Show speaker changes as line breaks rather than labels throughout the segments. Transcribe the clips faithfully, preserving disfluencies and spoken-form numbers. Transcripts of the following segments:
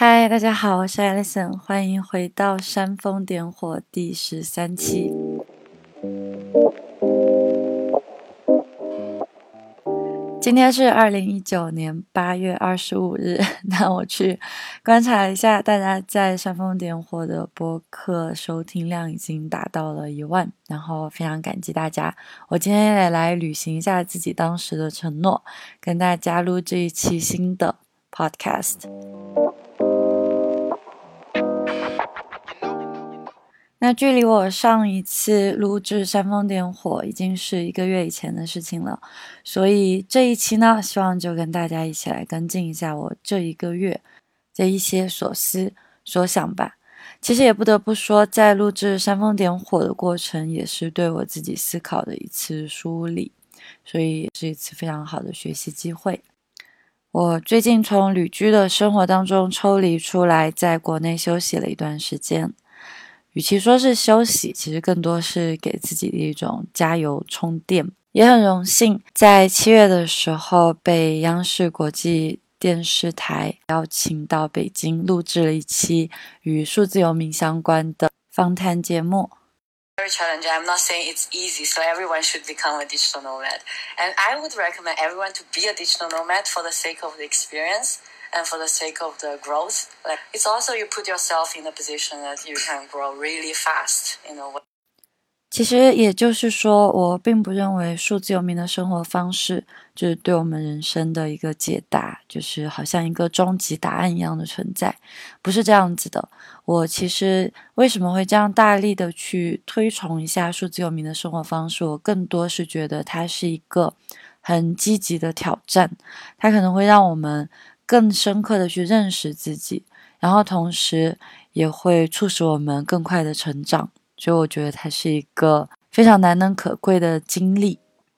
嗨，大家好，我是 Alison， 欢迎回到煽风点火第十三期。今天是二零一九年八月二十五日，那我去观察了一下，大家在煽风点火的播客收听量已经达到了一万，然后非常感激大家。我今天也来履行一下自己当时的承诺，跟大家录这一期新的 podcast。那距离我上一次录制煽风点火已经是一个月以前的事情了，所以这一期呢，希望就跟大家一起来跟进一下我这一个月的一些所思所想吧。其实也不得不说，在录制煽风点火的过程也是对我自己思考的一次梳理，所以也是一次非常好的学习机会。我最近从旅居的生活当中抽离出来，在国内休息了一段时间。与其说是休息，其实更多是给自己的一种加油充电。也很荣幸在七月的时候被央视国际电视台邀请到北京录制了一期与数字游民相关的访谈节目。
Very challenging. I'm not saying it's easy, so everyone should become a digital nomad. And I would recommend everyone to be a digital nomad for the sake of the experience.And for the sake of the growth, like it's also you put yourself in a position that you can grow really fast in a way.
其实也就是说，我并不认为数字游民的生活方式就是对我们人生的一个解答，就是好像一个终极答案一样的存在，不是这样子的。我其实为什么会这样大力的去推崇一下数字游民的生活方式，我更多是觉得它是一个很积极的挑战，它可能会让我们更深刻的去认识自己，然后同时也会促使我们更快的成长，所以我觉得它是一个非常难能可贵的经历。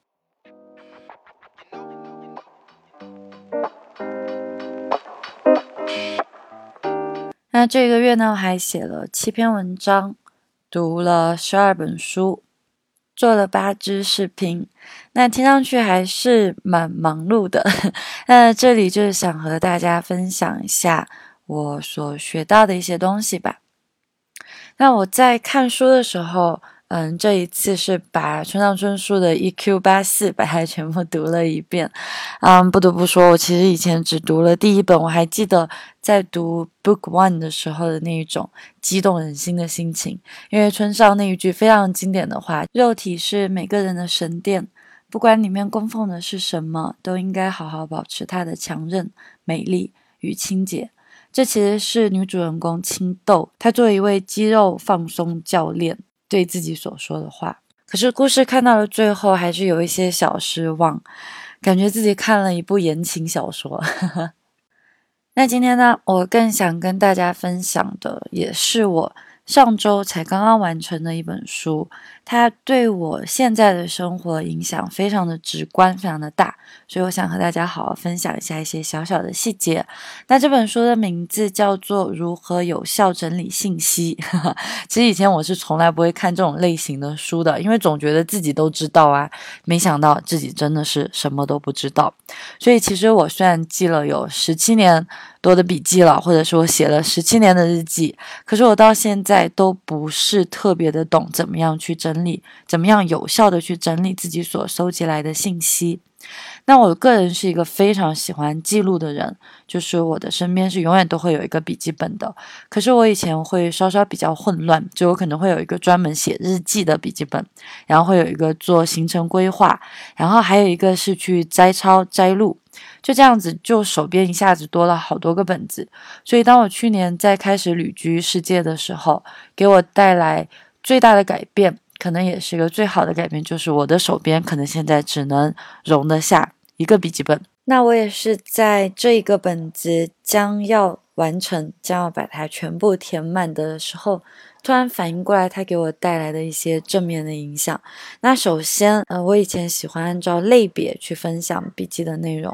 那这个月呢，我还写了七篇文章，读了十二本书，做了八支视频，那听上去还是蛮忙碌的。那这里就是想和大家分享一下我所学到的一些东西吧。那我在看书的时候，嗯，这一次是把村上春树的 E Q 八四 把它全部读了一遍。嗯，不得不说，我其实以前只读了第一本，我还记得在读 Book One 的时候的那一种激动人心的心情，因为村上那一句非常经典的话，肉体是每个人的神殿，不管里面供奉的是什么，都应该好好保持它的强韧、美丽与清洁。这其实是女主人公青豆，她作为一位肌肉放松教练对自己所说的话。可是故事看到了最后，还是有一些小失望，感觉自己看了一部言情小说。那今天呢，我更想跟大家分享的，也是我上周才刚刚完成的一本书，它对我现在的生活影响非常的直观，非常的大，所以我想和大家好好分享一下一些小小的细节。那这本书的名字叫做《如何有效整理信息》。其实以前我是从来不会看这种类型的书的，因为总觉得自己都知道啊，没想到自己真的是什么都不知道。所以其实我虽然记了有十七年多的笔记了，或者说写了十七年的日记，可是我到现在都不是特别的懂怎么样去整理，怎么样有效的去整理自己所收集来的信息。那我个人是一个非常喜欢记录的人，就是我的身边是永远都会有一个笔记本的。可是我以前会稍稍比较混乱，就我可能会有一个专门写日记的笔记本，然后会有一个做行程规划，然后还有一个是去摘抄摘录，就这样子就手边一下子多了好多个本子。所以当我去年在开始旅居世界的时候，给我带来最大的改变，可能也是一个最好的改变，就是我的手边可能现在只能容得下一个笔记本。那我也是在这一个本子将要完成，将要把它全部填满的时候，突然反应过来它给我带来的一些正面的影响。那首先呃，我以前喜欢按照类别去分享笔记的内容，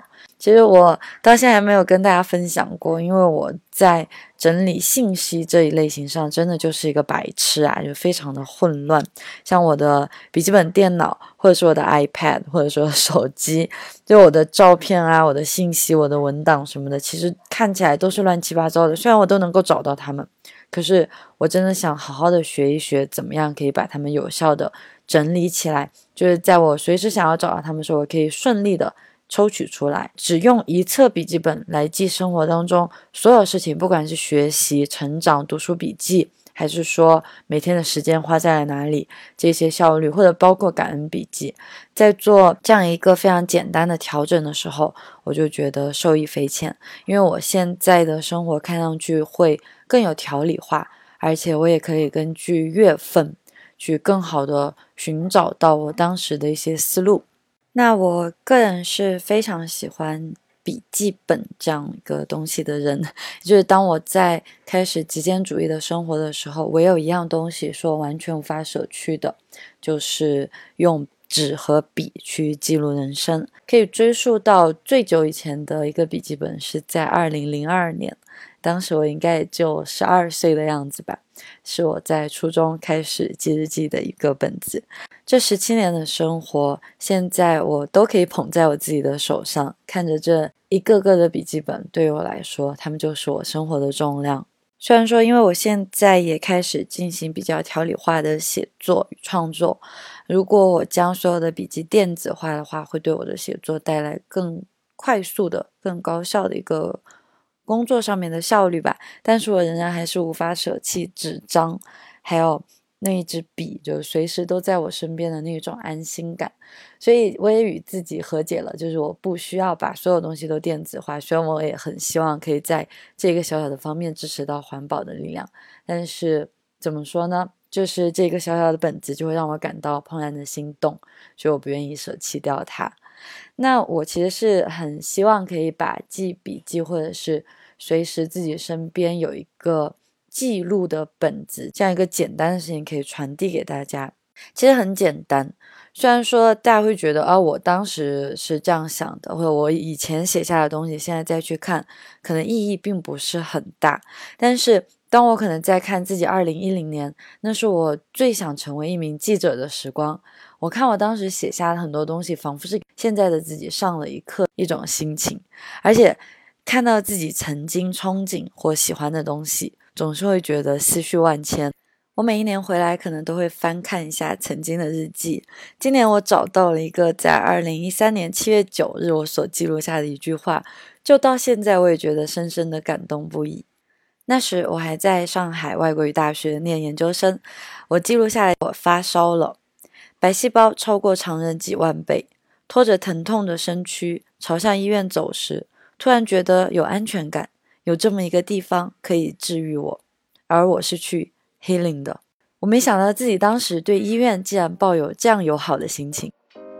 其实我到现在还没有跟大家分享过，因为我在整理信息这一类型上真的就是一个白痴啊，就非常的混乱。像我的笔记本电脑，或者是我的 iPad， 或者说手机，就我的照片啊，我的信息，我的文档什么的，其实看起来都是乱七八糟的。虽然我都能够找到它们，可是我真的想好好的学一学，怎么样可以把它们有效的整理起来，就是在我随时想要找到它们的时候，我可以顺利的抽取出来，只用一册笔记本来记生活当中所有事情，不管是学习、成长、读书笔记，还是说每天的时间花在了哪里，这些效率，或者包括感恩笔记，在做这样一个非常简单的调整的时候，我就觉得受益匪浅，因为我现在的生活看上去会更有条理化，而且我也可以根据月份去更好的寻找到我当时的一些思路。那我个人是非常喜欢笔记本这样一个东西的人，就是当我在开始极简主义的生活的时候，我有一样东西是我完全无法舍去的，就是用纸和笔去记录人生。可以追溯到最久以前的一个笔记本是在二零零二年，当时我应该也就十二岁的样子吧，是我在初中开始记日记的一个本子。这十七年的生活，现在我都可以捧在我自己的手上，看着这一个个的笔记本，对于我来说，它们就是我生活的重量。虽然说因为我现在也开始进行比较条理化的写作与创作，如果我将所有的笔记电子化的话，会对我的写作带来更快速的、更高效的一个工作上面的效率吧，但是我仍然还是无法舍弃纸张，还有那一支笔，就随时都在我身边的那种安心感。所以我也与自己和解了，就是我不需要把所有东西都电子化，虽然我也很希望可以在这个小小的方面支持到环保的力量，但是怎么说呢，就是这个小小的本子就会让我感到怦然的心动，所以我不愿意舍弃掉它。那我其实是很希望可以把记笔记，或者是随时自己身边有一个记录的本子，这样一个简单的事情可以传递给大家。其实很简单，虽然说大家会觉得啊，我当时是这样想的，或者我以前写下的东西现在再去看可能意义并不是很大，但是当我可能在看自己二零一零年，那是我最想成为一名记者的时光，我看我当时写下的很多东西，仿佛是现在的自己上了一课，一种心情。而且看到自己曾经憧憬或喜欢的东西，总是会觉得思绪万千。我每一年回来可能都会翻看一下曾经的日记，今年我找到了一个在二零一三年七月九日我所记录下的一句话，就到现在我也觉得深深的感动不已。那时我还在上海外国语大学念研究生，我记录下来我发烧了，白细胞超过常人几万倍，拖着疼痛的身躯朝向医院走时，突然觉得有安全感，有这么一个地方可以治愈我，而我是去 healing 的。我没想到自己当时对医院竟然抱有这样友好的心情。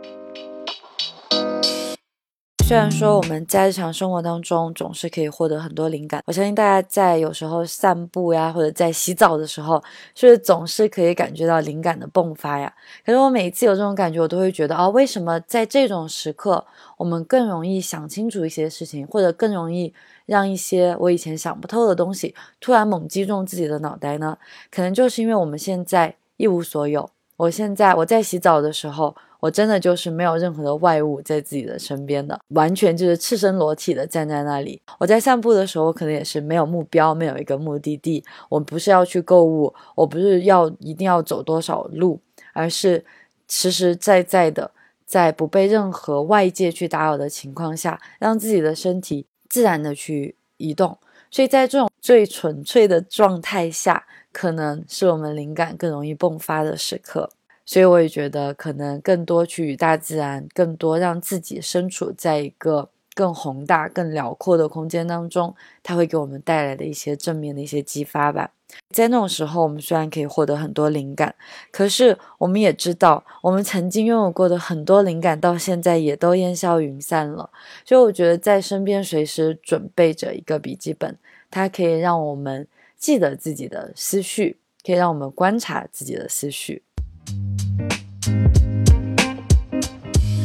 虽然说我们在日常生活当中总是可以获得很多灵感，我相信大家在有时候散步呀，或者在洗澡的时候，是不是总是可以感觉到灵感的迸发呀？可是我每一次有这种感觉，我都会觉得啊，为什么在这种时刻我们更容易想清楚一些事情，或者更容易让一些我以前想不透的东西突然猛击中自己的脑袋呢？可能就是因为我们现在一无所有。我现在我在洗澡的时候，我真的就是没有任何的外物在自己的身边的，完全就是赤身裸体的站在那里。我在散步的时候，我可能也是没有目标，没有一个目的地，我不是要去购物，我不是要一定要走多少路，而是实实在在的在不被任何外界去打扰的情况下，让自己的身体自然的去移动。所以在这种最纯粹的状态下，可能是我们灵感更容易迸发的时刻。所以我也觉得可能更多去与大自然，更多让自己身处在一个更宏大更辽阔的空间当中，它会给我们带来的一些正面的一些激发吧。在那种时候，我们虽然可以获得很多灵感，可是我们也知道我们曾经拥有过的很多灵感到现在也都烟消云散了。所以我觉得在身边随时准备着一个笔记本，它可以让我们记得自己的思绪，可以让我们观察自己的思绪。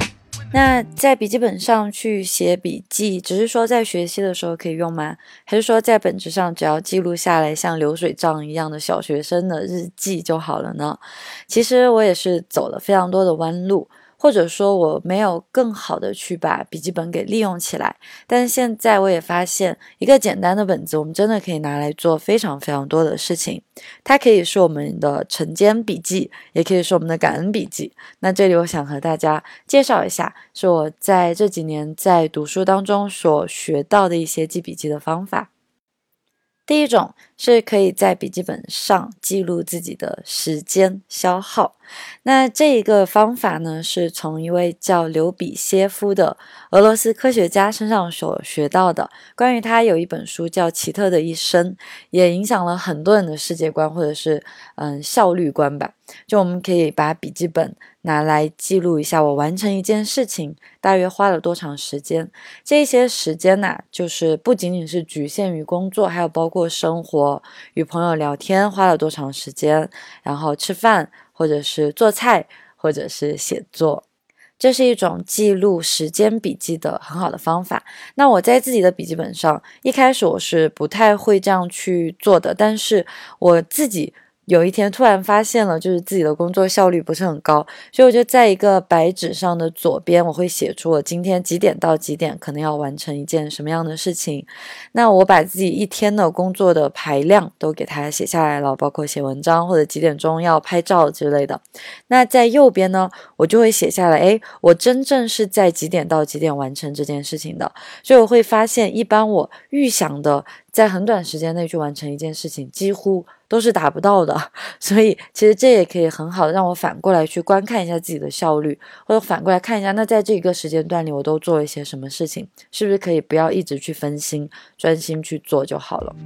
那在笔记本上去写笔记，只是说在学习的时候可以用吗？还是说在本质上只要记录下来像流水账一样的小学生的日记就好了呢？其实我也是走了非常多的弯路，或者说我没有更好的去把笔记本给利用起来，但是现在我也发现一个简单的本子我们真的可以拿来做非常非常多的事情，它可以是我们的晨间笔记，也可以是我们的感恩笔记。那这里我想和大家介绍一下，是我在这几年在读书当中所学到的一些记笔记的方法。第一种是可以在笔记本上记录自己的时间消耗。那这一个方法呢，是从一位叫刘比歇夫的俄罗斯科学家身上所学到的。关于他有一本书叫《奇特的一生》，也影响了很多人的世界观或者是嗯效率观吧。就我们可以把笔记本拿来记录一下我完成一件事情大约花了多长时间。这些时间呢、啊，就是不仅仅是局限于工作，还有包括生活，与朋友聊天花了多长时间，然后吃饭或者是做菜或者是写作。这是一种记录时间笔记的很好的方法。那我在自己的笔记本上，一开始我是不太会这样去做的，但是我自己有一天突然发现了，就是自己的工作效率不是很高，所以我就在一个白纸上的左边，我会写出我今天几点到几点可能要完成一件什么样的事情。那我把自己一天的工作的排量都给它写下来了，包括写文章或者几点钟要拍照之类的。那在右边呢，我就会写下来，诶，我真正是在几点到几点完成这件事情的。所以我会发现，一般我预想的在很短时间内去完成一件事情，几乎都是达不到的。所以其实这也可以很好的让我反过来去观看一下自己的效率，或者反过来看一下，那在这个时间段里我都做了一些什么事情，是不是可以不要一直去分心，专心去做就好了。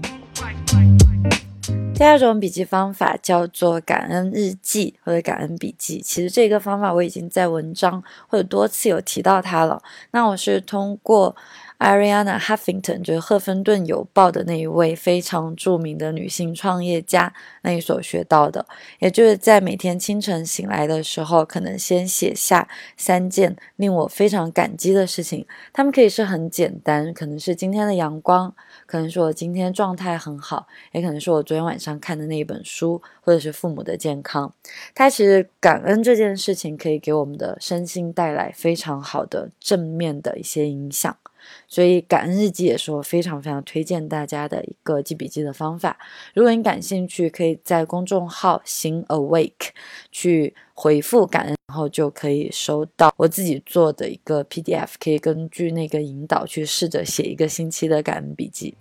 第二种笔记方法叫做感恩日记或者感恩笔记。其实这个方法我已经在文章或者多次有提到它了。那我是通过 Arianna Huffington 就是赫芬顿邮报的那一位非常著名的女性创业家那里所学到的，也就是在每天清晨醒来的时候，可能先写下三件令我非常感激的事情。它们可以是很简单，可能是今天的阳光，可能是我今天状态很好，也可能是我昨天晚上看的那一本书，或者是父母的健康。它其实感恩这件事情可以给我们的身心带来非常好的正面的一些影响，所以感恩日记也是我非常非常推荐大家的一个记笔记的方法。如果你感兴趣，可以在公众号行 Awake 去回复感恩，然后就可以收到我自己做的一个 P D F， 可以根据那个引导去试着写一个星期的感恩笔记。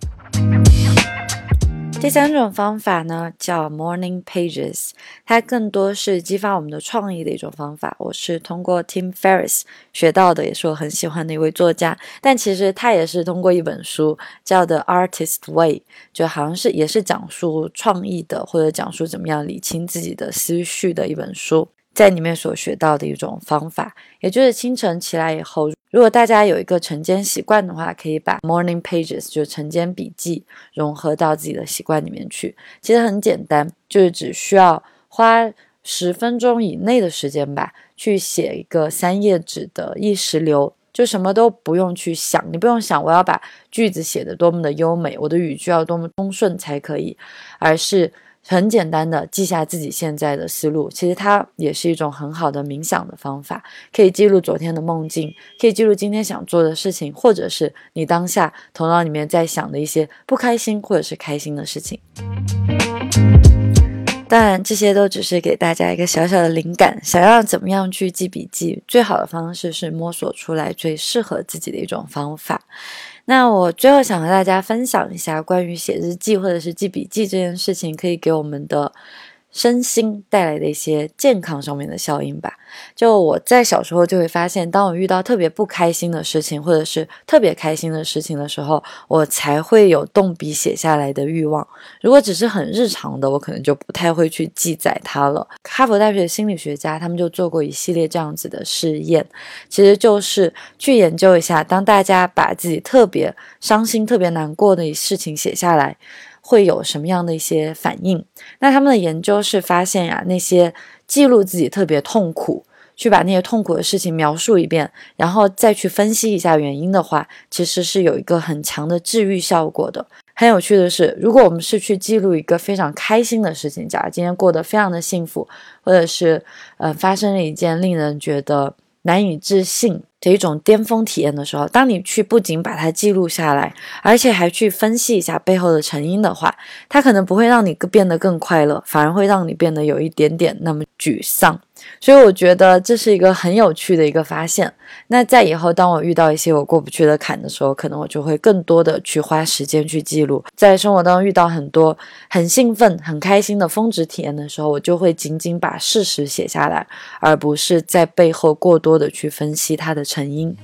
第三种方法呢叫 Morning Pages， 它更多是激发我们的创意的一种方法。我是通过 Tim Ferriss 学到的，也是我很喜欢的一位作家，但其实他也是通过一本书叫 The Artist Way， 就好像是也是讲述创意的，或者讲述怎么样理清自己的思绪的一本书，在里面所学到的一种方法。也就是清晨起来以后，如果大家有一个晨间习惯的话，可以把 Morning Pages 就晨间笔记融合到自己的习惯里面去。其实很简单，就是只需要花十分钟以内的时间吧，去写一个三页纸的意识流，就什么都不用去想，你不用想我要把句子写得多么的优美，我的语句要多么通顺才可以，而是很简单的记下自己现在的思路。其实它也是一种很好的冥想的方法，可以记录昨天的梦境，可以记录今天想做的事情，或者是你当下头脑里面在想的一些不开心或者是开心的事情。当然这些都只是给大家一个小小的灵感，想要怎么样去记笔记，最好的方式是摸索出来最适合自己的一种方法。那我最后想和大家分享一下关于写日记或者是记笔记这件事情可以给我们的身心带来的一些健康上面的效应吧。就我在小时候就会发现，当我遇到特别不开心的事情或者是特别开心的事情的时候，我才会有动笔写下来的欲望。如果只是很日常的，我可能就不太会去记载它了。哈佛大学心理学家他们就做过一系列这样子的试验，其实就是去研究一下，当大家把自己特别伤心特别难过的事情写下来会有什么样的一些反应。那他们的研究是发现呀、啊，那些记录自己特别痛苦去把那些痛苦的事情描述一遍，然后再去分析一下原因的话，其实是有一个很强的治愈效果的。很有趣的是，如果我们是去记录一个非常开心的事情，假如今天过得非常的幸福，或者是呃发生了一件令人觉得难以置信的一种巅峰体验的时候，当你去不仅把它记录下来，而且还去分析一下背后的成因的话，它可能不会让你变得更快乐，反而会让你变得有一点点那么沮丧。所以我觉得这是一个很有趣的一个发现。那在以后当我遇到一些我过不去的坎的时候，可能我就会更多的去花时间去记录。在生活当中遇到很多很兴奋很开心的峰值体验的时候，我就会仅仅把事实写下来，而不是在背后过多的去分析它的成因。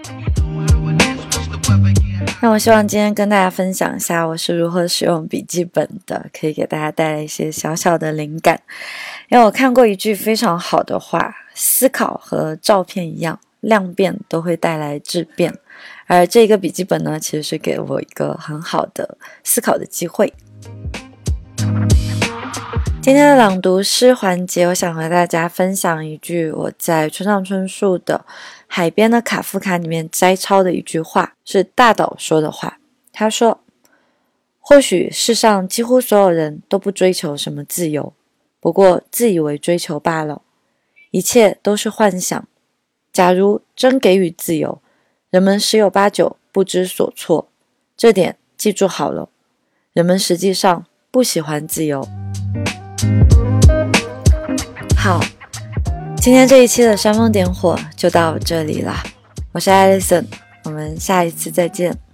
那我希望今天跟大家分享一下我是如何使用笔记本的，可以给大家带来一些小小的灵感。因为我看过一句非常好的话，思考和照片一样，量变都会带来质变，而这个笔记本呢，其实是给我一个很好的思考的机会。今天的朗读诗环节，我想和大家分享一句我在村上春树的《海边的卡夫卡》里面摘抄的一句话，是大岛说的话。他说，或许世上几乎所有人都不追求什么自由，不过自以为追求罢了，一切都是幻想。假如真给予自由，人们十有八九不知所措，这点记住好了，人们实际上不喜欢自由。好，今天这一期的煽风点火就到这里啦，我是 Alison， 我们下一次再见。